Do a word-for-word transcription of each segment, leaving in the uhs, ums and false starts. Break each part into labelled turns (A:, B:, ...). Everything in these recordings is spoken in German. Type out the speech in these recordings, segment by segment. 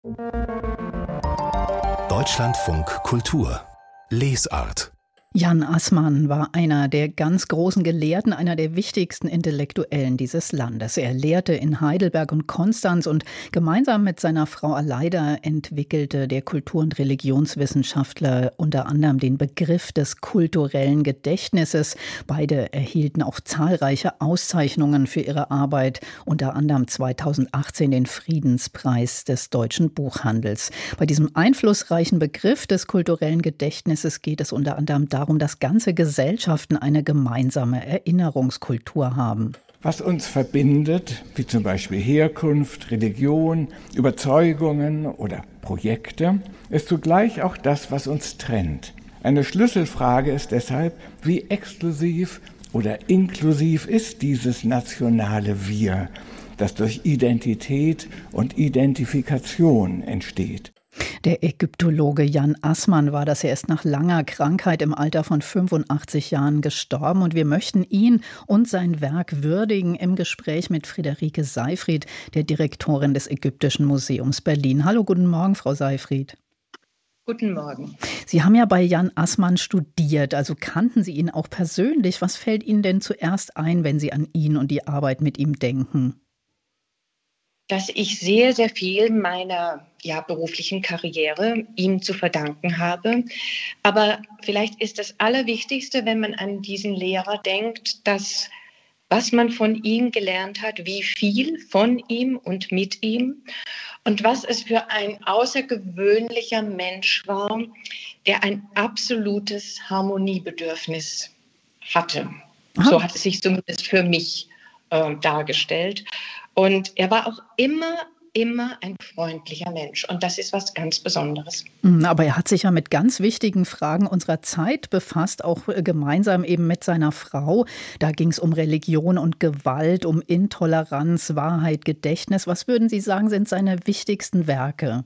A: Deutschlandfunk Kultur Lesart.
B: Jan Assmann war einer der ganz großen Gelehrten, einer der wichtigsten Intellektuellen dieses Landes. Er lehrte in Heidelberg und Konstanz und gemeinsam mit seiner Frau Aleida entwickelte der Kultur- und Religionswissenschaftler unter anderem den Begriff des kulturellen Gedächtnisses. Beide erhielten auch zahlreiche Auszeichnungen für ihre Arbeit, unter anderem zweitausendachtzehn den Friedenspreis des deutschen Buchhandels. Bei diesem einflussreichen Begriff des kulturellen Gedächtnisses geht es unter anderem darum, dass ganze Gesellschaften eine gemeinsame Erinnerungskultur haben.
C: Was uns verbindet, wie zum Beispiel Herkunft, Religion, Überzeugungen oder Projekte, ist zugleich auch das, was uns trennt. Eine Schlüsselfrage ist deshalb, wie exklusiv oder inklusiv ist dieses nationale Wir, das durch Identität und Identifikation entsteht.
B: Der Ägyptologe Jan Assmann war das. Er ist nach langer Krankheit im Alter von fünfundachtzig Jahren gestorben. Und wir möchten ihn und sein Werk würdigen im Gespräch mit Friederike Seyfried, der Direktorin des Ägyptischen Museums Berlin. Hallo, guten Morgen, Frau Seyfried.
D: Guten Morgen.
B: Sie haben ja bei Jan Assmann studiert, also kannten Sie ihn auch persönlich. Was fällt Ihnen denn zuerst ein, wenn Sie an ihn und die Arbeit mit ihm denken?
D: Dass ich sehr, sehr viel meiner ja, beruflichen Karriere ihm zu verdanken habe. Aber vielleicht ist das Allerwichtigste, wenn man an diesen Lehrer denkt, dass was man von ihm gelernt hat, wie viel von ihm und mit ihm und was es für ein außergewöhnlicher Mensch war, der ein absolutes Harmoniebedürfnis hatte.
B: Aha.
D: So hat es sich zumindest für mich äh, dargestellt. Und er war auch immer, immer ein freundlicher Mensch. Und das ist was ganz Besonderes.
B: Aber er hat sich ja mit ganz wichtigen Fragen unserer Zeit befasst, auch gemeinsam eben mit seiner Frau. Da ging es um Religion und Gewalt, um Intoleranz, Wahrheit, Gedächtnis. Was würden Sie sagen, sind seine wichtigsten Werke?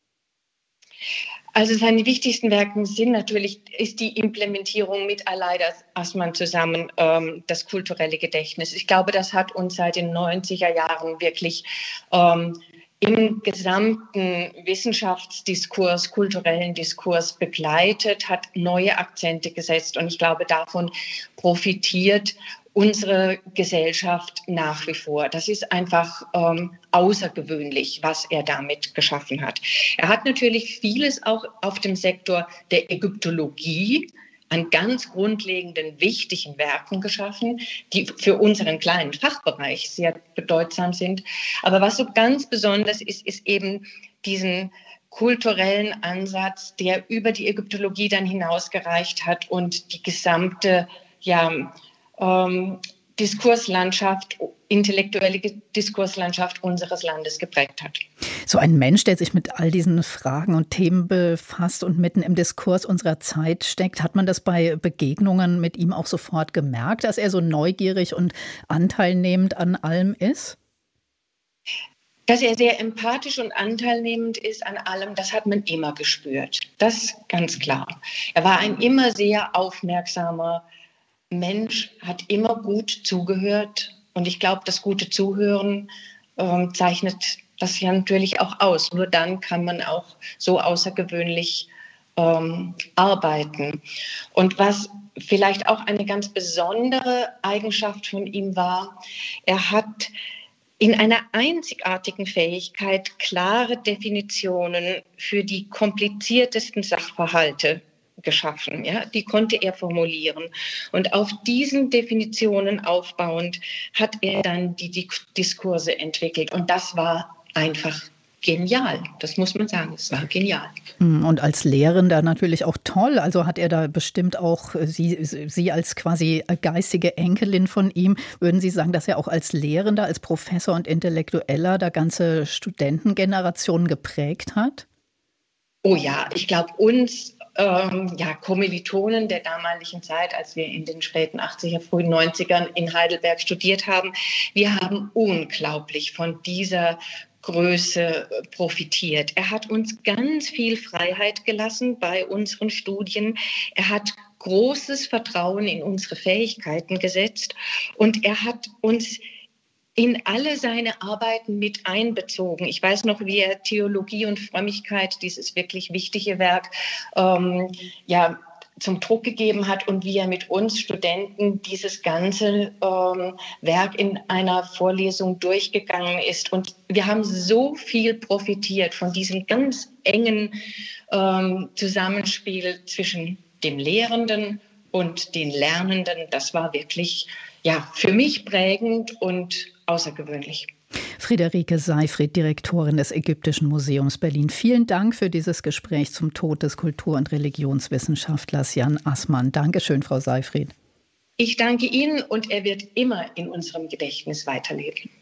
D: Also seine wichtigsten Werke sind natürlich, ist die Implementierung mit Aleida Assmann zusammen, ähm, das kulturelle Gedächtnis. Ich glaube, das hat uns seit den neunziger Jahren wirklich ähm, im gesamten Wissenschaftsdiskurs, kulturellen Diskurs begleitet, hat neue Akzente gesetzt und ich glaube, davon profitiert unsere Gesellschaft nach wie vor. Das ist einfach ähm, außergewöhnlich, was er damit geschaffen hat. Er hat natürlich vieles auch auf dem Sektor der Ägyptologie an ganz grundlegenden, wichtigen Werken geschaffen, die für unseren kleinen Fachbereich sehr bedeutsam sind. Aber was so ganz besonders ist, ist eben diesen kulturellen Ansatz, der über die Ägyptologie dann hinausgereicht hat und die gesamte, ja, Ähm, Diskurslandschaft, intellektuelle Diskurslandschaft unseres Landes geprägt hat.
B: So ein Mensch, der sich mit all diesen Fragen und Themen befasst und mitten im Diskurs unserer Zeit steckt, hat man das bei Begegnungen mit ihm auch sofort gemerkt, dass er so neugierig und anteilnehmend an allem ist?
D: Dass er sehr empathisch und anteilnehmend ist an allem, das hat man immer gespürt. Das ist ganz klar. Er war ein immer sehr aufmerksamer Mensch, hat immer gut zugehört und ich glaube, das gute Zuhören ähm, zeichnet das ja natürlich auch aus. Nur dann kann man auch so außergewöhnlich ähm, arbeiten. Und was vielleicht auch eine ganz besondere Eigenschaft von ihm war, er hat in einer einzigartigen Fähigkeit klare Definitionen für die kompliziertesten Sachverhalte geschaffen. Ja? Die konnte er formulieren. Und auf diesen Definitionen aufbauend hat er dann die, die Diskurse entwickelt. Und das war einfach genial. Das muss man sagen. Es war genial.
B: Und als Lehrender natürlich auch toll. Also hat er da bestimmt auch Sie, Sie als quasi geistige Enkelin von ihm, würden Sie sagen, dass er auch als Lehrender, als Professor und Intellektueller da ganze Studentengenerationen geprägt hat?
D: Oh ja, ich glaube, uns ähm, ja, Kommilitonen der damaligen Zeit, als wir in den späten achtziger, frühen neunzigern in Heidelberg studiert haben, wir haben unglaublich von dieser Größe profitiert. Er hat uns ganz viel Freiheit gelassen bei unseren Studien. Er hat großes Vertrauen in unsere Fähigkeiten gesetzt und er hat uns in alle seine Arbeiten mit einbezogen. Ich weiß noch, wie er Theologie und Frömmigkeit, dieses wirklich wichtige Werk, ähm, ja, zum Druck gegeben hat und wie er mit uns Studenten dieses ganze ähm, Werk in einer Vorlesung durchgegangen ist. Und wir haben so viel profitiert von diesem ganz engen ähm, Zusammenspiel zwischen dem Lehrenden und den Lernenden. Das war wirklich, ja, für mich prägend und außergewöhnlich.
B: Friederike Seyfried, Direktorin des Ägyptischen Museums Berlin. Vielen Dank für dieses Gespräch zum Tod des Kultur- und Religionswissenschaftlers Jan Assmann. Dankeschön, Frau Seyfried.
D: Ich danke Ihnen und er wird immer in unserem Gedächtnis weiterleben.